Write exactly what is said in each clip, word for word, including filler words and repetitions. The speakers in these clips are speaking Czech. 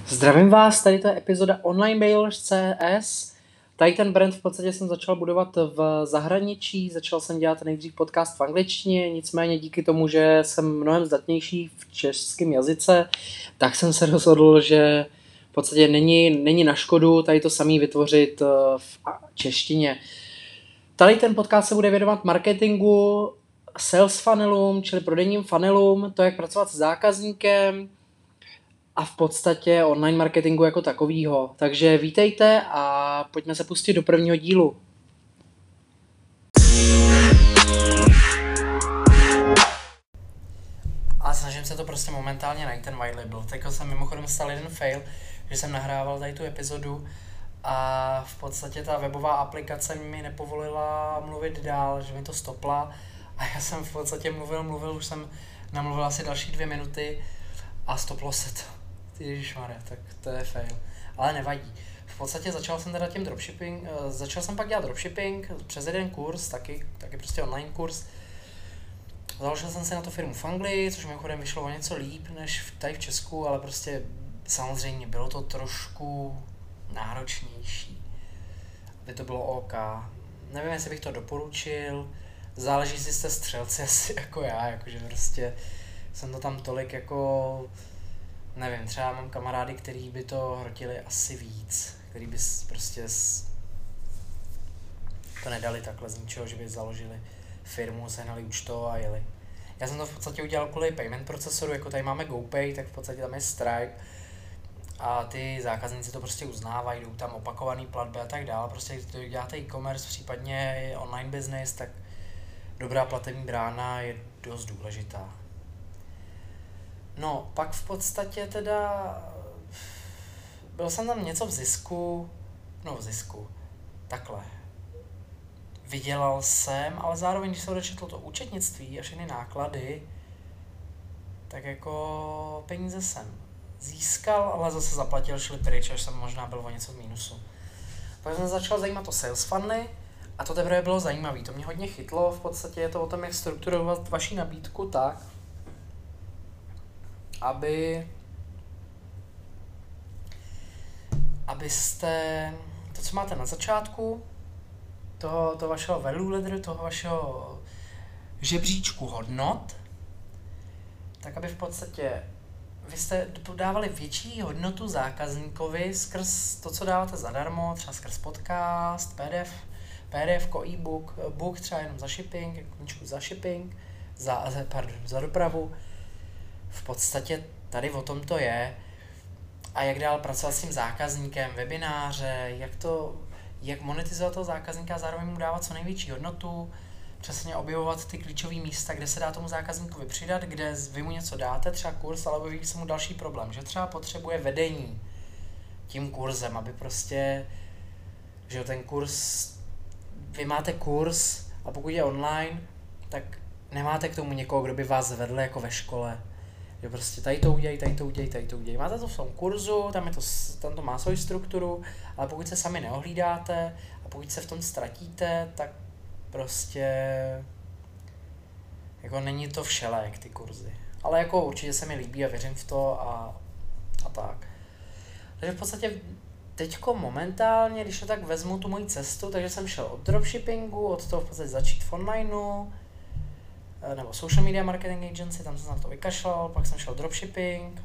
Zdravím vás, tady to je epizoda Online Mailers C S. Tady ten brand v podstatě jsem začal budovat v zahraničí, začal jsem dělat nejdřív podcast v angličtině, nicméně díky tomu, že jsem mnohem zdatnější v českém jazyce, tak jsem se rozhodl, že v podstatě není, není na škodu tady to samý vytvořit v češtině. Tady ten podcast se bude věnovat marketingu, sales funnelům, čili prodejním funnelům, to jak pracovat s zákazníkem, a v podstatě online marketingu jako takovýho. Takže vítejte a pojďme se pustit do prvního dílu. A snažím se to prostě momentálně najít ten white label. Teďko jsem mimochodem stal jeden fail, že jsem nahrával tady tu epizodu a v podstatě ta webová aplikace mi nepovolila mluvit dál, že mi to stopla a já jsem v podstatě mluvil, mluvil, už jsem namluvil asi další dvě minuty a stoplo se to. Ježišmarja, tak to je fail. Ale nevadí. V podstatě začal jsem teda tím dropshipping, začal jsem pak dělat dropshipping přes jeden kurz, taky, taky prostě online kurz. Založil jsem si na to firmu v Anglii, což mimochodem vyšlo o něco líp než tady v Česku, ale prostě samozřejmě bylo to trošku náročnější, aby to bylo OK. Nevím, jestli bych to doporučil, záleží, jestli jste střelci asi jako já, jakože prostě jsem to tam tolik jako... Nevím, třeba mám kamarády, který by to hrotili asi víc, který by prostě to nedali takhle z ničeho, že by založili firmu, sehnali účto a jeli. Já jsem to v podstatě udělal kvůli payment procesoru, jako tady máme GoPay, tak v podstatě tam je Stripe a ty zákazníci to prostě uznávají, jdou tam opakovaný platby a tak dále. Prostě když děláte e-commerce, případně online business, tak dobrá platební brána je dost důležitá. No, pak v podstatě teda, byl jsem tam něco v zisku, no v zisku, takhle. Vydělal jsem, ale zároveň, když se odečetlo to účetnictví a všechny náklady, tak jako peníze jsem získal, ale zase zaplatil, šli pryč, až jsem možná byl o něco v mínusu. Pak jsem začal zajímat o sales funnely a to teprve bylo zajímavé, to mě hodně chytlo, v podstatě je to o tom, jak strukturovat vaši nabídku tak, aby abyste to, co máte na začátku, toho, toho vašeho value ladderu, toho vašeho žebříčku hodnot, tak aby v podstatě vy jste dávali větší hodnotu zákazníkovi skrz to, co dáváte zadarmo, třeba skrz podcast, P D F, P D F, e-book, book třeba jenom za shipping, knížku za shipping, za, pardon, za dopravu. V podstatě tady o tom to je a jak dál pracovat s tím zákazníkem, webináře, jak to, jak monetizovat toho zákazníka a zároveň mu dávat co největší hodnotu, přesně objevovat ty klíčové místa, kde se dá tomu zákazníkovi přidat, kde vy mu něco dáte, třeba kurz, ale objeví se mu další problém, že třeba potřebuje vedení tím kurzem, aby prostě, že ten kurz, vy máte kurz a pokud je online, tak nemáte k tomu někoho, kdo by vás vedl jako ve škole. Že prostě tady to udělej, tady to udělej, tady to udělej. Máte to v tom kurzu, tam, je to, tam to má svoji strukturu, ale pokud se sami neohlídáte a pokud se v tom ztratíte, tak prostě jako není to všelék ty kurzy. Ale jako určitě se mi líbí a věřím v to a, a tak. Takže v podstatě teďko momentálně, když to tak vezmu tu moji cestu, takže jsem šel od dropshippingu, od toho v podstatě začít v onlineu, nebo social media marketing agency, tam jsem na to vykašlal, pak jsem šel dropshipping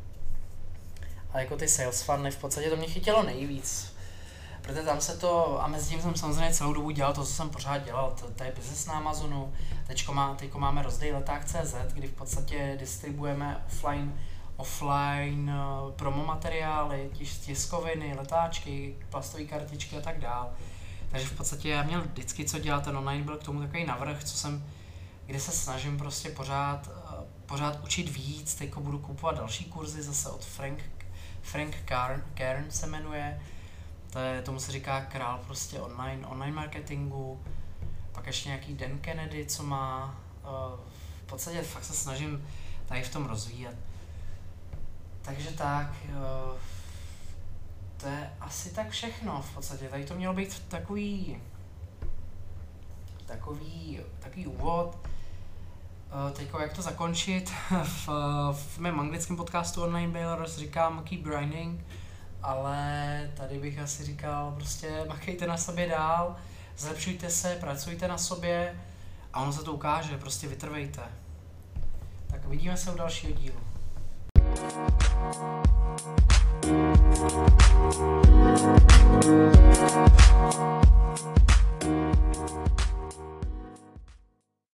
a jako ty sales funnely, v podstatě to mě chytilo nejvíc, protože tam se to, a mezi tím jsem samozřejmě celou dobu dělal to, co jsem pořád dělal, to, to je business na Amazonu, teďko, má, teďko máme rozdej leták tečka cé zet, kdy v podstatě distribuujeme offline, offline uh, promo materiály, tiskoviny, letáčky, plastové kartičky a tak dál, takže v podstatě já měl vždycky co dělat, ten online byl k tomu takový navrch, co jsem kde se snažím prostě pořád, pořád učit víc, teďko budu kupovat další kurzy zase od Frank, Frank Kern, Kern se jmenuje, to je, tomu se říká král prostě online, online marketingu, pak ještě nějaký Dan Kennedy, co má, v podstatě fakt se snažím tady v tom rozvíjet. Takže tak, to je asi tak všechno v podstatě, tady to mělo být takový, takový, takový úvod. Teďko, jak to zakončit, v, v mém anglickém podcastu Online Bailers říkám keep grinding, ale tady bych asi říkal prostě makejte na sobě dál, zlepšujte se, pracujte na sobě a ono se to ukáže, prostě vytrvejte. Tak vidíme se u dalšího dílu.